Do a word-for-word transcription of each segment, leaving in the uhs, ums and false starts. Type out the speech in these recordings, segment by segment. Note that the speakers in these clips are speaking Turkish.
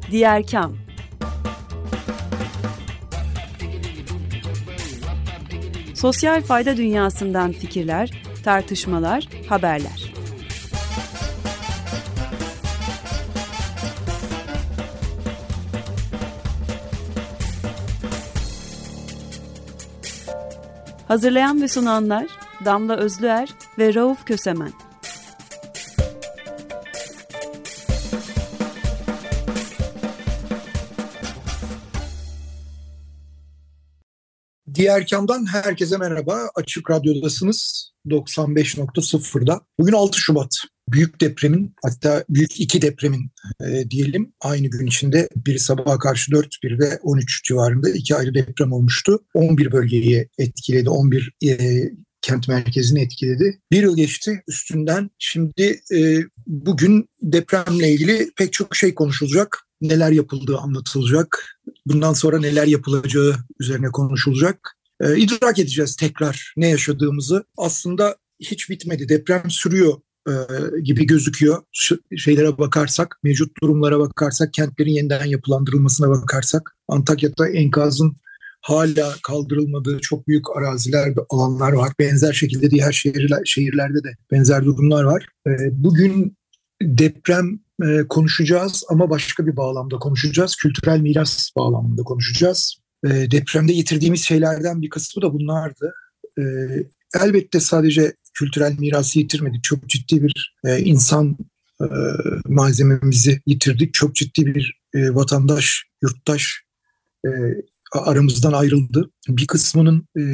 Diğer Kam. Sosyal fayda dünyasından fikirler, tartışmalar, haberler. Hazırlayan ve sunanlar Damla Özlüer ve Rauf Kösemen. Diğer Kam'dan herkese merhaba. Açık Radyo'dasınız doksan beş nokta sıfırda. Bugün altı Şubat. Büyük depremin, hatta büyük iki depremin e, diyelim. Aynı gün içinde biri sabaha karşı dört, biri de on üç civarında iki ayrı deprem olmuştu. on bir bölgeyi etkiledi, on bir e, kent merkezini etkiledi. Bir yıl geçti üstünden. Şimdi e, bugün depremle ilgili pek çok şey konuşulacak. Neler yapıldığı anlatılacak. Bundan sonra neler yapılacağı üzerine konuşulacak. E, idrak edeceğiz tekrar ne yaşadığımızı. Aslında hiç bitmedi. Deprem sürüyor e, gibi gözüküyor. Şu şeylere bakarsak, mevcut durumlara bakarsak, kentlerin yeniden yapılandırılmasına bakarsak, Antakya'da enkazın hala kaldırılmadığı çok büyük araziler ve alanlar var. Benzer şekilde diğer şehirler, şehirlerde de benzer durumlar var. E, bugün deprem e, konuşacağız ama başka bir bağlamda konuşacağız. Kültürel miras bağlamında konuşacağız. E, depremde yitirdiğimiz şeylerden bir kısmı da bunlardı. E, elbette sadece kültürel mirası yitirmedik. Çok ciddi bir e, insan e, malzememizi yitirdik. Çok ciddi bir e, vatandaş, yurttaş e, aramızdan ayrıldı. Bir kısmının e,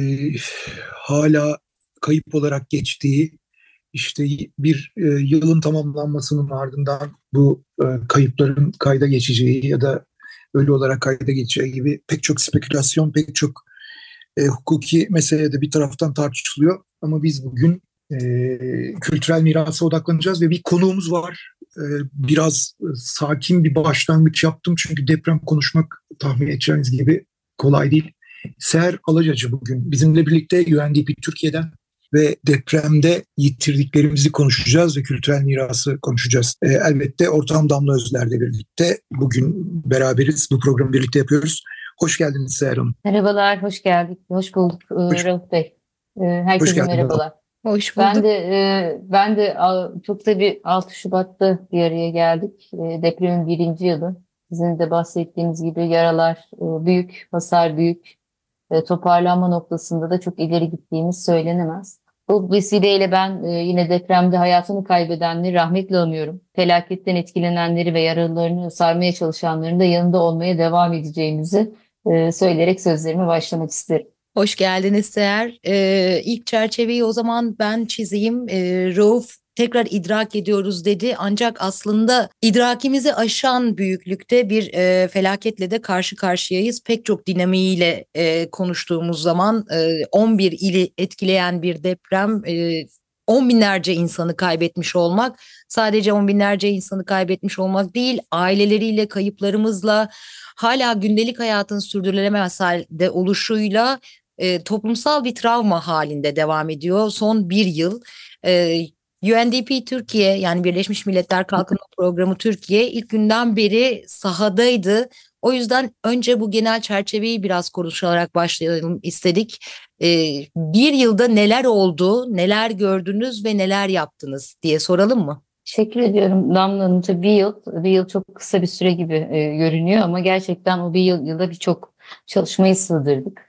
hala kayıp olarak geçtiği, İşte bir e, yılın tamamlanmasının ardından bu e, kayıpların kayda geçeceği ya da ölü olarak kayda geçeceği gibi pek çok spekülasyon, pek çok e, hukuki mesele de bir taraftan tartışılıyor. Ama biz bugün e, kültürel mirasa odaklanacağız ve bir konuğumuz var. E, biraz e, sakin bir başlangıç yaptım çünkü deprem konuşmak tahmin edeceğiniz gibi kolay değil. Seher Alacacı bugün bizimle birlikte U N D P Türkiye'den. Ve depremde yitirdiklerimizi konuşacağız ve kültürel mirası konuşacağız. E, elbette ortağım Damla Özler'le birlikte bugün beraberiz. Bu programı birlikte yapıyoruz. Hoş geldiniz Seher Hanım. Merhabalar, hoş geldik. Hoş bulduk hoş. Rauf Bey. E, herkese hoş merhabalar. Hoş bulduk. Ben de e, ben de çok tabii altı Şubat'ta bir araya geldik. E, depremin birinci yılı. Sizin de bahsettiğiniz gibi yaralar e, büyük, hasar büyük. E, toparlanma noktasında da çok ileri gittiğimiz söylenemez. Bu vesileyle ben e, yine depremde hayatını kaybedenleri rahmetle anıyorum. Felaketten etkilenenleri ve yaralılarını sarmaya çalışanların da yanında olmaya devam edeceğimizi e, söyleyerek sözlerime başlamak isterim. Hoş geldiniz Seher. Ee, ilk çerçeveyi o zaman ben çizeyim. Ee, Rauf tekrar idrak ediyoruz dedi. Ancak aslında idrakimizi aşan büyüklükte bir e, felaketle de karşı karşıyayız. Pek çok dinamiğiyle e, konuştuğumuz zaman e, on bir ili etkileyen bir deprem, e, on binlerce insanı kaybetmiş olmak, sadece on binlerce insanı kaybetmiş olmak değil, aileleriyle, kayıplarımızla, hala gündelik hayatın sürdürülemez halde oluşuyla e, toplumsal bir travma halinde devam ediyor. Son bir yıl. E, U N D P Türkiye, yani Birleşmiş Milletler Kalkınma Programı Türkiye ilk günden beri sahadaydı. O yüzden önce bu genel çerçeveyi biraz konuşarak başlayalım istedik. Ee, bir yılda neler oldu, neler gördünüz ve neler yaptınız diye soralım mı? Teşekkür ediyorum Damla Hanım. Tabii bir yıl, bir yıl çok kısa bir süre gibi e, görünüyor ama gerçekten o bir yıl yılda birçok çalışmayı sığdırdık.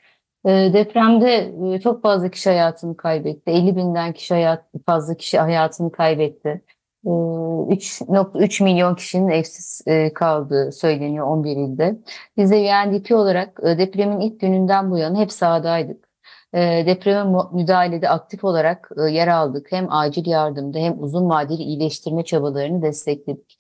Depremde çok fazla kişi hayatını kaybetti. elli binden kişi hayat, fazla kişi hayatını kaybetti. üç nokta üç milyon kişinin evsiz kaldığı söyleniyor on bir ilde. Biz de U N D P olarak depremin ilk gününden bu yana hep sahadaydık. Depreme müdahalede aktif olarak yer aldık. Hem acil yardımda hem uzun vadeli iyileştirme çabalarını destekledik.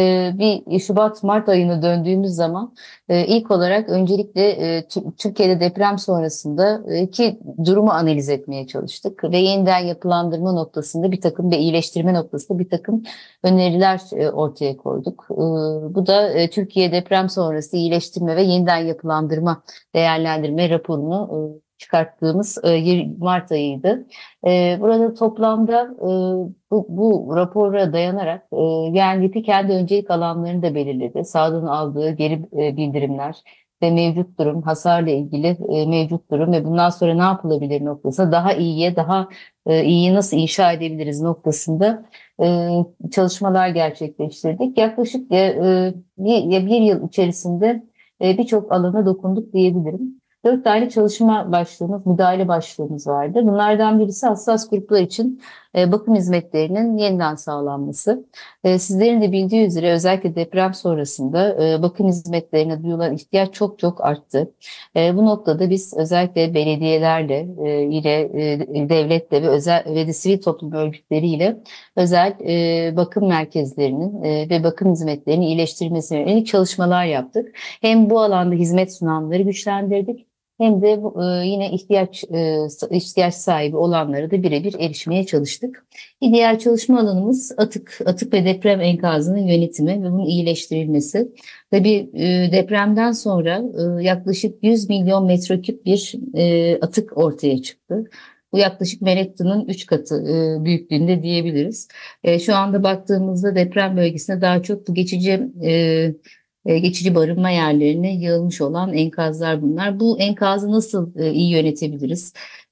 Bir Şubat-Mart ayına döndüğümüz zaman ilk olarak öncelikle Türkiye'de deprem sonrasında ki durumu analiz etmeye çalıştık ve yeniden yapılandırma noktasında bir takım ve iyileştirme noktasında bir takım öneriler ortaya koyduk. Bu da Türkiye deprem sonrası iyileştirme ve yeniden yapılandırma değerlendirme raporunu çıkarttığımız e, Mart ayıydı. E, burada toplamda e, bu, bu rapora dayanarak e, yani Y E P kendi öncelik alanlarını da belirledi. Sahadan aldığı geri e, bildirimler ve mevcut durum, hasarla ilgili e, mevcut durum ve bundan sonra ne yapılabilir noktasında daha iyiye, daha e, iyiyi nasıl inşa edebiliriz noktasında e, çalışmalar gerçekleştirdik. Yaklaşık e, e, bir, bir yıl içerisinde e, birçok alana dokunduk diyebilirim. Dört tane çalışma başlığımız, müdahale başlığımız vardı. Bunlardan birisi hassas gruplar için e, bakım hizmetlerinin yeniden sağlanması. E, sizlerin de bildiği üzere özellikle deprem sonrasında e, bakım hizmetlerine duyulan ihtiyaç çok çok arttı. E, bu noktada biz özellikle belediyelerle, e, yine e, devletle ve özel ve de sivil toplum örgütleriyle özel e, bakım merkezlerinin e, ve bakım hizmetlerinin iyileştirilmesine yönelik çalışmalar yaptık. Hem bu alanda hizmet sunanları güçlendirdik, hem de e, yine ihtiyaç e, ihtiyaç sahibi olanlara da birebir erişmeye çalıştık. Bir diğer çalışma alanımız atık, atık ve deprem enkazının yönetimi ve bunun iyileştirilmesi. Tabii e, depremden sonra e, yaklaşık yüz milyon metreküp bir e, atık ortaya çıktı. Bu yaklaşık Manhattan'ın üç katı e, büyüklüğünde diyebiliriz. E, şu anda baktığımızda deprem bölgesinde daha çok bu geçici e, geçici barınma yerlerine yığılmış olan enkazlar bunlar. Bu enkazı nasıl e, iyi yönetebiliriz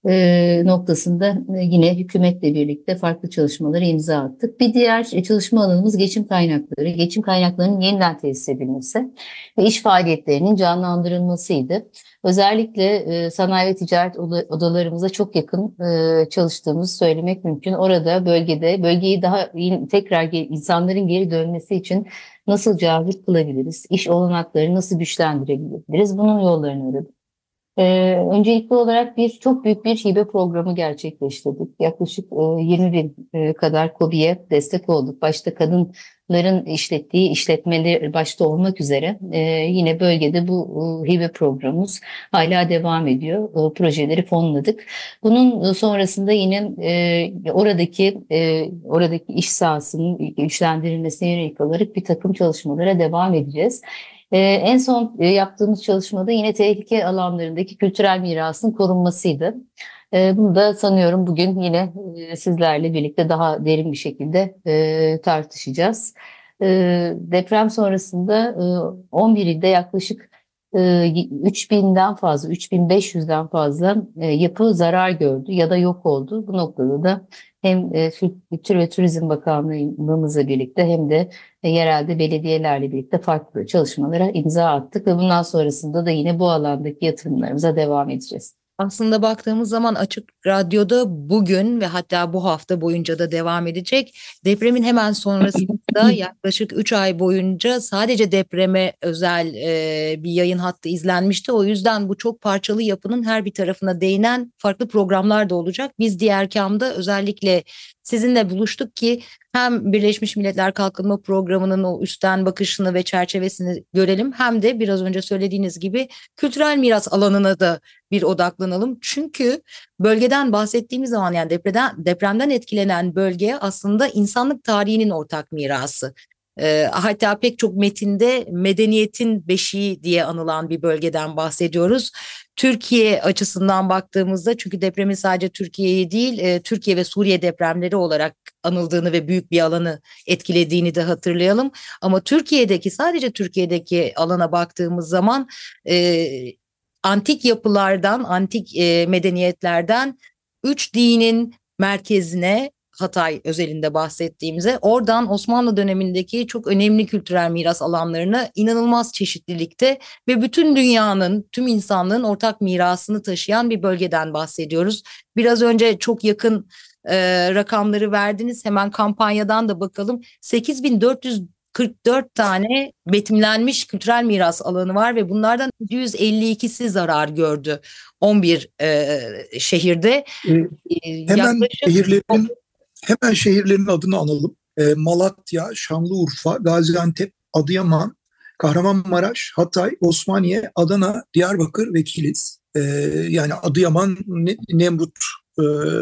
e, noktasında e, yine hükümetle birlikte farklı çalışmalara imza attık. Bir diğer çalışma alanımız geçim kaynakları. Geçim kaynaklarının yeniden tesis edilmesi ve iş faaliyetlerinin canlandırılmasıydı. Özellikle e, sanayi ve ticaret odalarımıza çok yakın e, çalıştığımızı söylemek mümkün. Orada bölgede bölgeyi daha iyi, tekrar insanların geri dönmesi için nasıl cazip kılabiliriz? İş olanaklarını nasıl güçlendirebiliriz? Bunun yollarını aradık. Ee, öncelikli olarak bir çok büyük bir hibe programı gerçekleştirdik. Yaklaşık e, yirmi bin e, kadar KOBİ'ye destek olduk. Başta kadınların işlettiği işletmeleri başta olmak üzere e, yine bölgede bu e, hibe programımız hala devam ediyor. E, projeleri fonladık. Bunun sonrasında yine e, oradaki e, oradaki iş sahasının güçlendirilmesine yönelik olarak bir takım çalışmalara devam edeceğiz. Ee, en son e, yaptığımız çalışmada yine tehlike alanlarındaki kültürel mirasın korunmasıydı. Ee, bunu da sanıyorum bugün yine e, sizlerle birlikte daha derin bir şekilde e, tartışacağız. E, deprem sonrasında e, on bir ilde yaklaşık e, üç binden fazla, üç bin beş yüzden fazla e, yapı zarar gördü ya da yok oldu. Bu noktada da hem e, Kültür ve Turizm Bakanlığımızla birlikte hem de e, yerelde belediyelerle birlikte farklı çalışmalara imza attık ve bundan sonrasında da yine bu alandaki yatırımlarımıza devam edeceğiz. Aslında baktığımız zaman Açık Radyo'da bugün ve hatta bu hafta boyunca da devam edecek. Depremin hemen sonrasında yaklaşık üç ay boyunca sadece depreme özel e, bir yayın hattı izlenmişti. O yüzden bu çok parçalı yapının her bir tarafına değinen farklı programlar da olacak. Biz Diğer Kam'da özellikle sizinle buluştuk ki hem Birleşmiş Milletler Kalkınma Programı'nın o üstten bakışını ve çerçevesini görelim, hem de biraz önce söylediğiniz gibi kültürel miras alanına da bir odaklanalım. Çünkü bölgeden bahsettiğimiz zaman, yani depremden, depremden etkilenen bölge aslında insanlık tarihinin ortak mirası. E, hatta pek çok metinde medeniyetin beşiği diye anılan bir bölgeden bahsediyoruz. Türkiye açısından baktığımızda, çünkü depremin sadece Türkiye'yi değil, e, Türkiye ve Suriye depremleri olarak anıldığını ve büyük bir alanı etkilediğini de hatırlayalım. Ama Türkiye'deki, sadece Türkiye'deki alana baktığımız zaman e, antik yapılardan, antik e, medeniyetlerden üç dinin merkezine, Hatay özelinde bahsettiğimizde, oradan Osmanlı dönemindeki çok önemli kültürel miras alanlarına inanılmaz çeşitlilikte ve bütün dünyanın, tüm insanlığın ortak mirasını taşıyan bir bölgeden bahsediyoruz. Biraz önce çok yakın e, rakamları verdiniz. Hemen kampanyadan da bakalım. sekiz bin dört yüz kırk dört tane betimlenmiş kültürel miras alanı var ve bunlardan yedi yüz elli ikisi zarar gördü on bir e, şehirde. Ee, hemen Yaklaşık... şehirlerin Hemen şehirlerin adını analım. E, Malatya, Şanlıurfa, Gaziantep, Adıyaman, Kahramanmaraş, Hatay, Osmaniye, Adana, Diyarbakır ve Kilis. E, yani Adıyaman Nemrut e,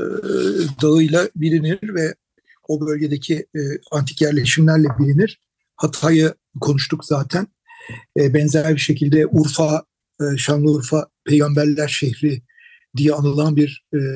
Dağı'yla bilinir ve o bölgedeki e, antik yerleşimlerle bilinir. Hatay'ı konuştuk zaten. E, benzer bir şekilde Urfa, e, Şanlıurfa Peygamberler şehri diye anılan bir e,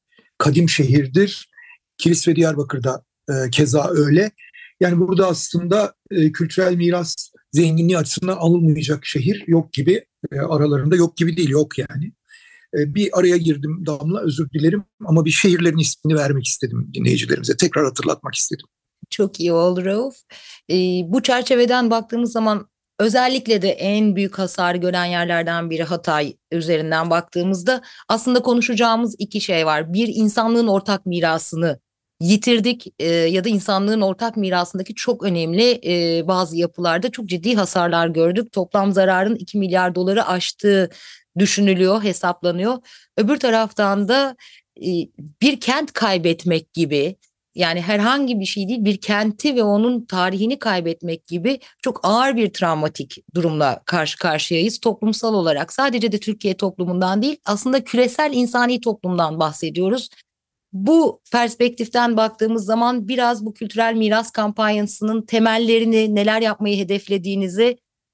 kadim şehirdir. Kilis ve Diyarbakır'da e, keza öyle. Yani burada aslında e, kültürel miras zenginliği açısından alınmayacak şehir yok gibi, e, aralarında yok gibi değil, yok yani. E, bir araya girdim Damla, özür dilerim ama bir şehirlerin ismini vermek istedim dinleyicilerimize, tekrar hatırlatmak istedim. Çok iyi oldu Rauf. Ee, bu çerçeveden baktığımız zaman özellikle de en büyük hasar gören yerlerden biri Hatay üzerinden baktığımızda aslında konuşacağımız iki şey var. Bir, insanlığın ortak mirasını yitirdik e, ya da insanlığın ortak mirasındaki çok önemli e, bazı yapılarda çok ciddi hasarlar gördük. Toplam zararın iki milyar doları aştığı düşünülüyor, hesaplanıyor. Öbür taraftan da e, bir kent kaybetmek gibi, yani herhangi bir şey değil, bir kenti ve onun tarihini kaybetmek gibi çok ağır bir travmatik durumla karşı karşıyayız toplumsal olarak. Sadece de Türkiye toplumundan değil, aslında küresel insani toplumdan bahsediyoruz. Bu perspektiften baktığımız zaman biraz bu kültürel miras kampanyasının temellerini, neler yapmayı hedeflediğinizi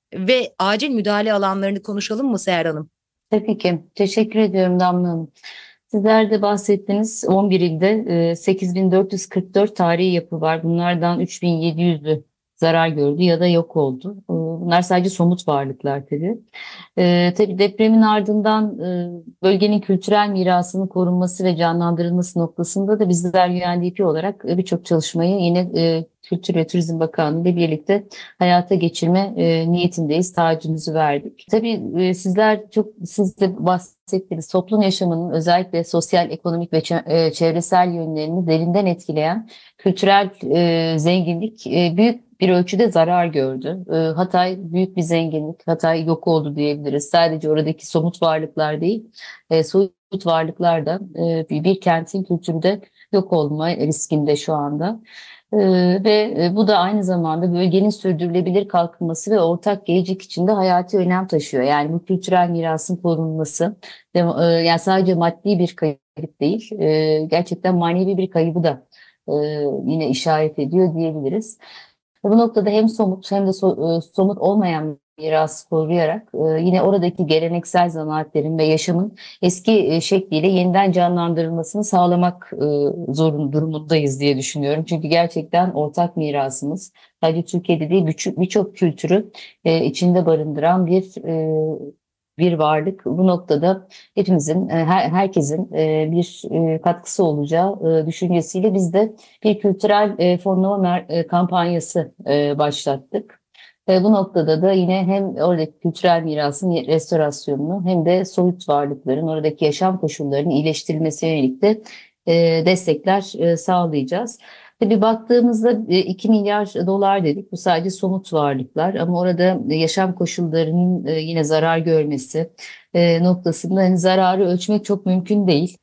ve acil müdahale alanlarını konuşalım mı Seher Hanım? Tabii ki. Teşekkür ediyorum Damla Hanım. Sizler de bahsettiniz, on bir ilde sekiz bin dört yüz kırk dört tarihi yapı var. Bunlardan üç bin yedi yüzü zarar gördü ya da yok oldu. Bunlar sadece somut varlıklar tabii. Ee, tabii depremin ardından e, bölgenin kültürel mirasının korunması ve canlandırılması noktasında da bizler U N D P olarak e, birçok çalışmayı yine e, Kültür ve Turizm Bakanlığı ile birlikte hayata geçirme e, niyetindeyiz. Taahhüdümüzü verdik. Tabii e, sizler çok siz de bahsettiğiniz toplum yaşamının özellikle sosyal, ekonomik ve e, çevresel yönlerini derinden etkileyen kültürel e, zenginlik e, büyük bir ölçüde zarar gördü. E, Hatay büyük bir zenginlik. Hatay yok oldu diyebiliriz. Sadece oradaki somut varlıklar değil, e, soyut varlıklar da e, bir, bir kentin kültürü de yok olma riskinde şu anda. Ee, ve e, bu da aynı zamanda bölgenin sürdürülebilir kalkınması ve ortak gelecek için de hayati önem taşıyor. Yani bu kültürel mirasın korunması ve e, yani sadece maddi bir kayıp değil, e, gerçekten manevi bir kaybı da e, yine işaret ediyor diyebiliriz. Bu noktada hem somut hem de so, e, somut olmayan mirası koruyarak e, yine oradaki geleneksel zanaatlerin ve yaşamın eski e, şekliyle yeniden canlandırılmasını sağlamak e, zorun durumundayız diye düşünüyorum. Çünkü gerçekten ortak mirasımız sadece Türkiye'de değil birçok birçok kültürü e, içinde barındıran bir e, bir varlık. Bu noktada hepimizin, her, herkesin bir katkısı olacağı düşüncesiyle biz de bir kültürel fonlama kampanyası başlattık. Bu noktada da yine hem oradaki kültürel mirasın restorasyonunu hem de soyut varlıkların, oradaki yaşam koşullarının iyileştirilmesine yönelik de destekler sağlayacağız. Tabii baktığımızda iki milyar dolar dedik. Bu sadece somut varlıklar ama orada yaşam koşullarının yine zarar görmesi noktasında hani zararı ölçmek çok mümkün değil.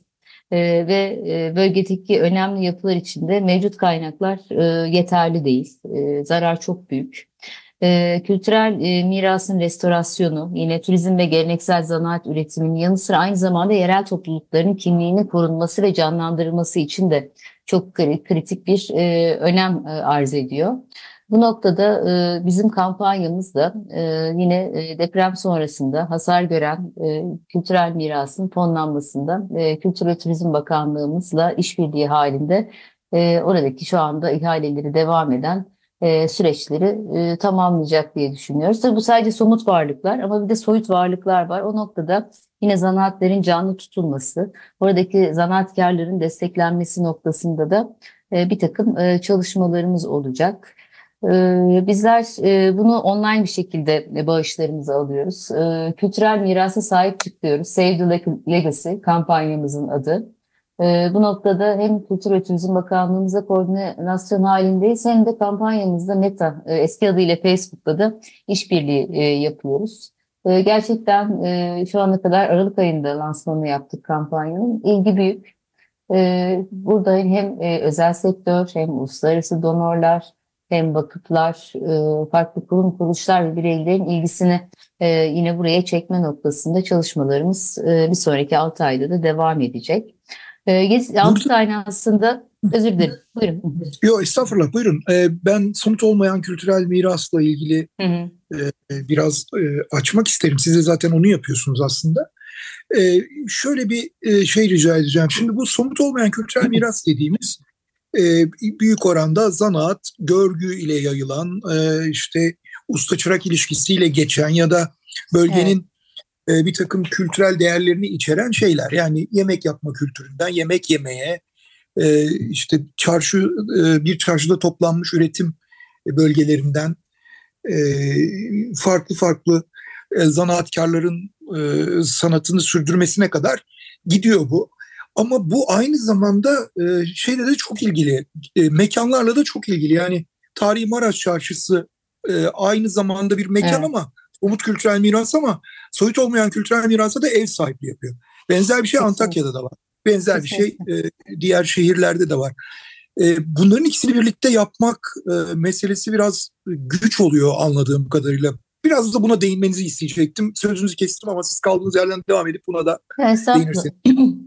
Ve bölgedeki önemli yapılar içinde mevcut kaynaklar yeterli değil. Zarar çok büyük. Ee, kültürel e, mirasın restorasyonu, yine turizm ve geleneksel zanaat üretiminin yanı sıra aynı zamanda yerel toplulukların kimliğinin korunması ve canlandırılması için de çok kritik bir e, önem e, arz ediyor. Bu noktada e, bizim kampanyamız da e, yine e, deprem sonrasında hasar gören e, kültürel mirasın fonlanmasında e, Kültür ve Turizm Bakanlığımızla işbirliği halinde e, oradaki şu anda ihaleleri devam eden E, süreçleri e, tamamlayacak diye düşünüyoruz. Tabii bu sadece somut varlıklar ama bir de soyut varlıklar var. O noktada yine zanaatlerin canlı tutulması, oradaki zanaatkarların desteklenmesi noktasında da e, bir takım e, çalışmalarımız olacak. E, bizler e, bunu online bir şekilde bağışlarımızı alıyoruz. E, kültürel mirasa sahip çıkıyoruz. Save the Legacy kampanyamızın adı. Bu noktada hem Kültür ve Turizm Bakanlığımıza koordinasyon halindeyiz hem de kampanyamızda Meta, eski adıyla Facebook'ta da işbirliği yapıyoruz. Gerçekten şu ana kadar Aralık ayında lansmanını yaptık kampanyanın. İlgi büyük. Burada hem özel sektör hem uluslararası donorlar hem vakıflar, farklı kurum kuruluşlar ve bireylerin ilgisini yine buraya çekme noktasında çalışmalarımız bir sonraki altı ayda da devam edecek. altı ayın aslında özür dilerim. Buyurun. Yok estağfurullah buyurun. Ee, ben somut olmayan kültürel mirasla ilgili hı hı. E, biraz e, açmak isterim. Siz de zaten onu yapıyorsunuz aslında. Ee, şöyle bir e, şey rica edeceğim. Şimdi bu somut olmayan kültürel miras dediğimiz e, büyük oranda zanaat, görgü ile yayılan, e, işte usta çırak ilişkisiyle geçen ya da bölgenin e, bir takım kültürel değerlerini içeren şeyler. Yani yemek yapma kültüründen yemek yemeye, e, işte çarşı e, bir çarşıda toplanmış üretim bölgelerinden e, farklı farklı e, zanaatkarların e, sanatını sürdürmesine kadar gidiyor bu. Ama bu aynı zamanda e, şeyle de çok ilgili, e, mekanlarla da çok ilgili. Yani Tarihi Maraş Çarşısı e, aynı zamanda bir mekan Evet. ama somut kültürel miras, ama soyut olmayan kültürel mirasa da ev sahipliği yapıyor. Benzer bir şey Kesinlikle. Antakya'da da var. Benzer Kesinlikle. bir şey e, diğer şehirlerde de var. E, bunların ikisini birlikte yapmak e, meselesi biraz güç oluyor anladığım kadarıyla. Biraz da buna değinmenizi isteyecektim. Sözünüzü kestim ama siz kaldığınız yerden devam edip buna da Estağfurullah. değinirseniz.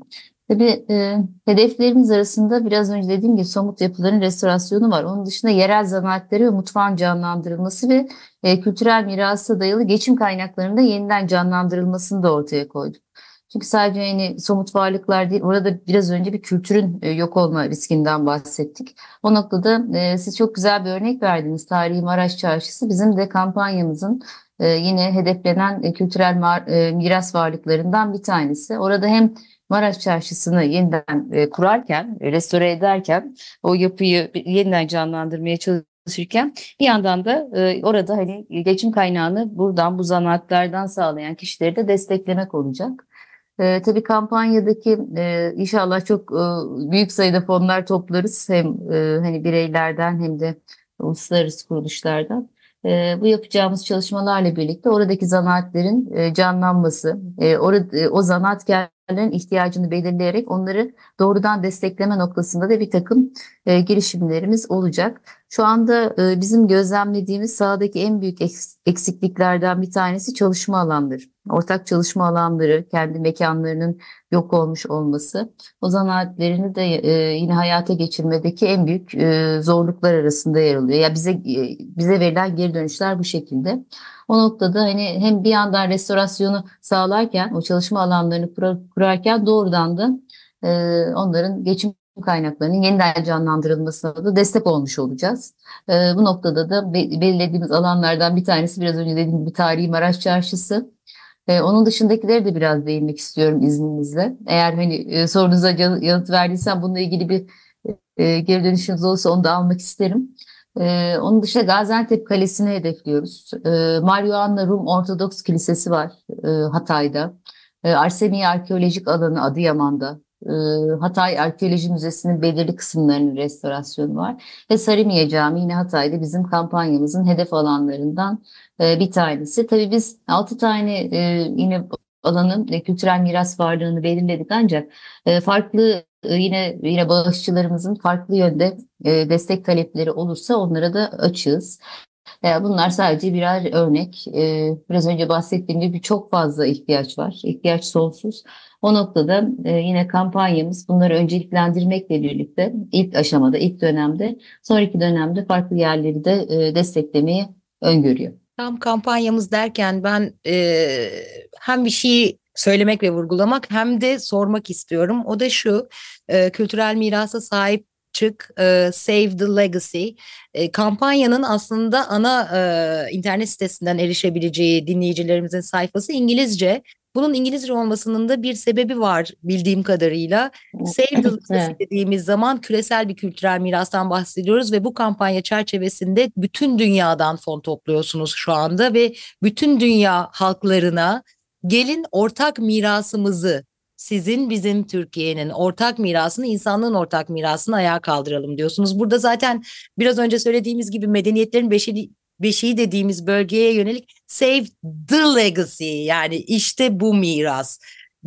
Tabii e, hedeflerimiz arasında biraz önce dediğim gibi somut yapıların restorasyonu var. Onun dışında yerel zanaatleri ve mutfağın canlandırılması ve e, kültürel mirasa dayalı geçim kaynaklarının da yeniden canlandırılmasını da ortaya koyduk. Çünkü sadece yani somut varlıklar değil, orada biraz önce bir kültürün e, yok olma riskinden bahsettik. O noktada e, siz çok güzel bir örnek verdiniz. Tarihi Maraş Çarşısı bizim de kampanyamızın e, yine hedeflenen e, kültürel mar- e, miras varlıklarından bir tanesi. Orada hem Maraş Çarşısı'nı yeniden e, kurarken, e, restore ederken, o yapıyı yeniden canlandırmaya çalışırken bir yandan da e, orada hani geçim kaynağını buradan, bu zanaatlardan sağlayan kişileri de desteklemek olacak. E, tabii kampanyadaki e, inşallah çok e, büyük sayıda fonlar toplarız. Hem e, hani bireylerden hem de uluslararası kuruluşlardan. E, bu yapacağımız çalışmalarla birlikte oradaki zanaatlerin e, canlanması, e, orada, e, o zanaatkarların ihtiyacını belirleyerek onları doğrudan destekleme noktasında da bir takım e, girişimlerimiz olacak. Şu anda e, bizim gözlemlediğimiz sahadaki en büyük eks- eksikliklerden bir tanesi çalışma alanları. Ortak çalışma alanları, kendi mekanlarının yok olmuş olması, o zanaatlerini de e, yine hayata geçirmedeki en büyük e, zorluklar arasında yer alıyor. Ya bize e, bize verilen geri dönüşler bu şekilde. O noktada hani hem bir yandan restorasyonu sağlarken, o çalışma alanlarını kura- kurarken doğrudan da e, onların geçim kaynaklarının yeniden canlandırılmasına da destek olmuş olacağız. E, bu noktada da be- belirlediğimiz alanlardan bir tanesi biraz önce dediğim gibi Tarihi Maraş Çarşısı. Ee, onun dışındakileri de biraz değinmek istiyorum izninizle. Eğer hani e, sorunuza can- yanıt verdiysem bununla ilgili bir e, geri dönüşünüz olursa onu da almak isterim. Ee, onun dışında Gaziantep Kalesi'ni hedefliyoruz. Ee, Marianna Rum Ortodoks Kilisesi var e, Hatay'da. Ee, Arseniye Arkeolojik Alanı Adıyaman'da. Ee, Hatay Arkeoloji Müzesi'nin belirli kısımlarının restorasyonu var. Ve Sarımiye Camii yine Hatay'da bizim kampanyamızın hedef alanlarından e, bir tanesi. Tabii biz altı tane e, yine alanın e, kültürel miras varlığını belirledik ancak e, farklı e, yine yine bağışçılarımızın farklı yönde e, destek talepleri olursa onlara da açığız. E, bunlar sadece birer örnek. E, biraz önce bahsettiğim gibi çok fazla ihtiyaç var. İhtiyaç sonsuz. O noktada e, yine kampanyamız bunları önceliklendirmekle birlikte ilk aşamada, ilk dönemde, sonraki dönemde farklı yerleri de e, desteklemeyi öngörüyor. Tam kampanyamız derken ben e, hem bir şeyi söylemek ve vurgulamak hem de sormak istiyorum. O da şu, e, kültürel mirasa sahip çık, e, Save the Legacy. E, kampanyanın aslında ana e, internet sitesinden erişebileceği dinleyicilerimizin sayfası İngilizce. Bunun İngilizce olmasının da bir sebebi var bildiğim kadarıyla. Save the Legacy Evet. dediğimiz zaman küresel bir kültürel mirastan bahsediyoruz ve bu kampanya çerçevesinde bütün dünyadan fon topluyorsunuz şu anda ve bütün dünya halklarına gelin ortak mirasımızı, sizin bizim Türkiye'nin ortak mirasını, insanlığın ortak mirasını ayağa kaldıralım diyorsunuz. Burada zaten biraz önce söylediğimiz gibi medeniyetlerin beşiği, beşiği dediğimiz bölgeye yönelik Save the Legacy, yani işte bu miras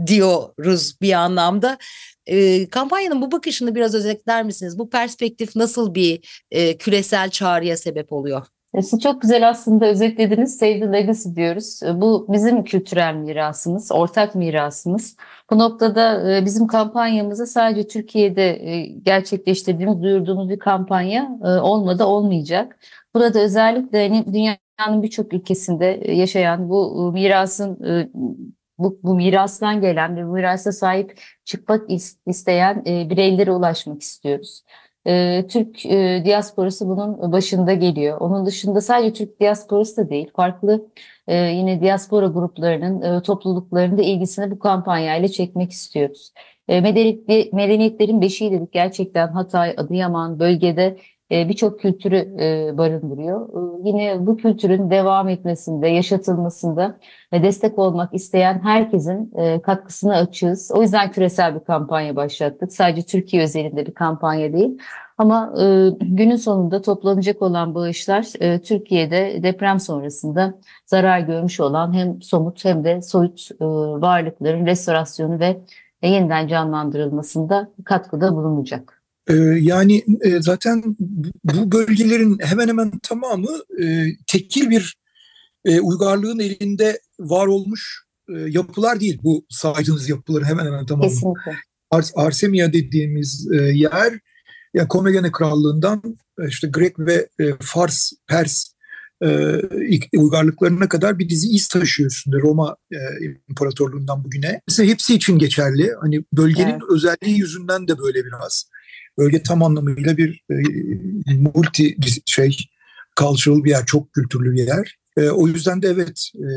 diyoruz bir anlamda. E, kampanyanın bu bakışını biraz özetler misiniz? Bu perspektif nasıl bir e, küresel çağrıya sebep oluyor? Siz çok güzel aslında özetlediniz. Save the Legacy diyoruz. Bu bizim kültürel mirasımız, ortak mirasımız. Bu noktada e, bizim kampanyamızı sadece Türkiye'de e, gerçekleştirdiğimiz, duyurduğumuz bir kampanya e, olmadı, olmayacak. Burada özellikle hani dünyanın birçok ülkesinde e, yaşayan bu e, mirasın e, bu, bu mirastan gelen ve bu mirasa sahip çıkmak isteyen e, bireylere ulaşmak istiyoruz. E, Türk e, diasporası bunun başında geliyor. Onun dışında sadece Türk diasporası da değil, farklı e, yine diaspora gruplarının, e, topluluklarının da ilgisini bu kampanyayla çekmek istiyoruz. E, medeniyet, medeniyetlerin beşiği dedik, gerçekten Hatay, Adıyaman bölgede e, birçok kültürü e, barındırıyor. E, yine bu kültürün devam etmesinde, yaşatılmasında ve destek olmak isteyen herkesin e, katkısına açığız. O yüzden küresel bir kampanya başlattık. Sadece Türkiye özelinde bir kampanya değil. Ama e, günün sonunda toplanacak olan bağışlar e, Türkiye'de deprem sonrasında zarar görmüş olan hem somut hem de soyut e, varlıkların restorasyonu ve yeniden canlandırılmasında katkıda bulunacak. Ee, yani e, zaten bu bölgelerin hemen hemen tamamı e, tekil bir e, uygarlığın elinde var olmuş e, yapılar değil. Bu saydığınız yapıların hemen hemen tamamı. Kesinlikle. Ars Arsemia dediğimiz e, yer, yani Komagene Krallığı'ndan e, işte Grek ve e, Fars, Pers e, uygarlıklarına kadar bir dizi iz taşıyor üstünde Roma e, İmparatorluğu'ndan bugüne. Mesela hepsi için geçerli. Hani bölgenin evet. özelliği yüzünden de böyle biraz. Bölge tam anlamıyla bir e, multi şey, cultural bir yer, çok kültürlü bir yer. E, o yüzden de evet, e,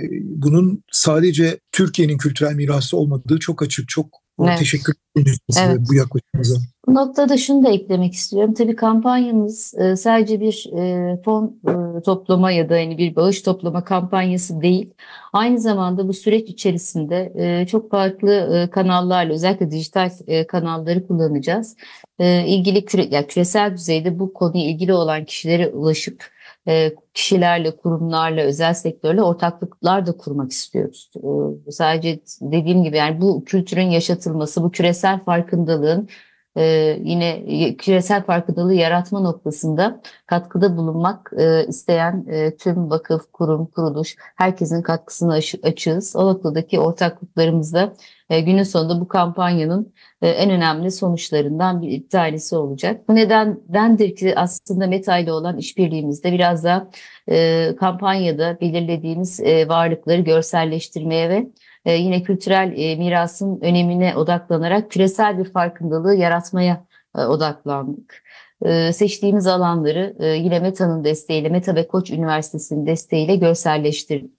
bunun sadece Türkiye'nin kültürel mirası olmadığı çok açık, çok evet. teşekkür ederim evet. bu yaklaşımınıza. Bu noktada şunu da eklemek istiyorum. Tabii kampanyamız e, sadece bir e, fon e, toplama ya da yani bir bağış toplama kampanyası değil. Aynı zamanda bu süreç içerisinde e, çok farklı e, kanallarla, özellikle dijital e, kanalları kullanacağız. E, ilgili küre, yani küresel düzeyde bu konuya ilgili olan kişilere ulaşıp e, kişilerle, kurumlarla, özel sektörle ortaklıklar da kurmak istiyoruz. E, sadece dediğim gibi yani bu kültürün yaşatılması, bu küresel farkındalığın Ee, yine küresel farkındalığı yaratma noktasında katkıda bulunmak e, isteyen e, tüm vakıf, kurum, kuruluş, herkesin katkısına aç- açığız. O noktadaki ortaklıklarımızda e, günün sonunda bu kampanyanın e, en önemli sonuçlarından bir tanesi olacak. Bu nedendendir ki aslında Meta ile olan işbirliğimizde biraz da e, kampanyada belirlediğimiz e, varlıkları görselleştirmeye ve Ee, yine kültürel e, mirasın önemine odaklanarak küresel bir farkındalığı yaratmaya e, odaklandık. E, seçtiğimiz alanları e, yine Meta'nın desteğiyle, Meta ve Koç Üniversitesi'nin desteğiyle görselleştirdik.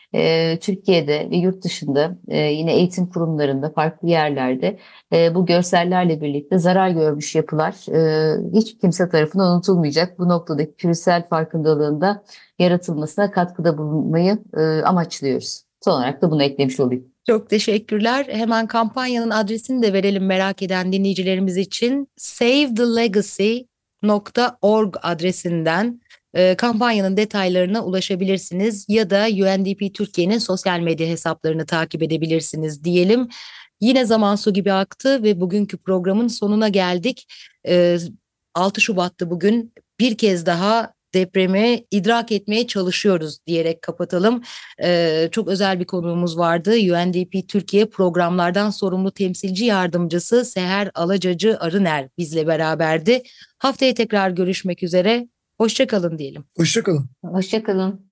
E, Türkiye'de ve yurt dışında e, yine eğitim kurumlarında, farklı yerlerde e, bu görsellerle birlikte zarar görmüş yapılar e, hiç kimse tarafından unutulmayacak. Bu noktadaki küresel farkındalığında yaratılmasına katkıda bulunmayı e, amaçlıyoruz. Son olarak da bunu eklemiş olayım. Çok teşekkürler. Hemen kampanyanın adresini de verelim merak eden dinleyicilerimiz için. save the legacy nokta org adresinden e, kampanyanın detaylarına ulaşabilirsiniz ya da U N D P Türkiye'nin sosyal medya hesaplarını takip edebilirsiniz diyelim. Yine zaman su gibi aktı ve bugünkü programın sonuna geldik. E, altı Şubat'ta bugün bir kez daha depremi idrak etmeye çalışıyoruz diyerek kapatalım. Ee, çok özel bir konuğumuz vardı. U N D P Türkiye programlardan sorumlu temsilci yardımcısı Seher Alacacı Arıner bizle beraberdi. Haftaya tekrar görüşmek üzere. Hoşça kalın diyelim. Hoşça kalın. Hoşça kalın.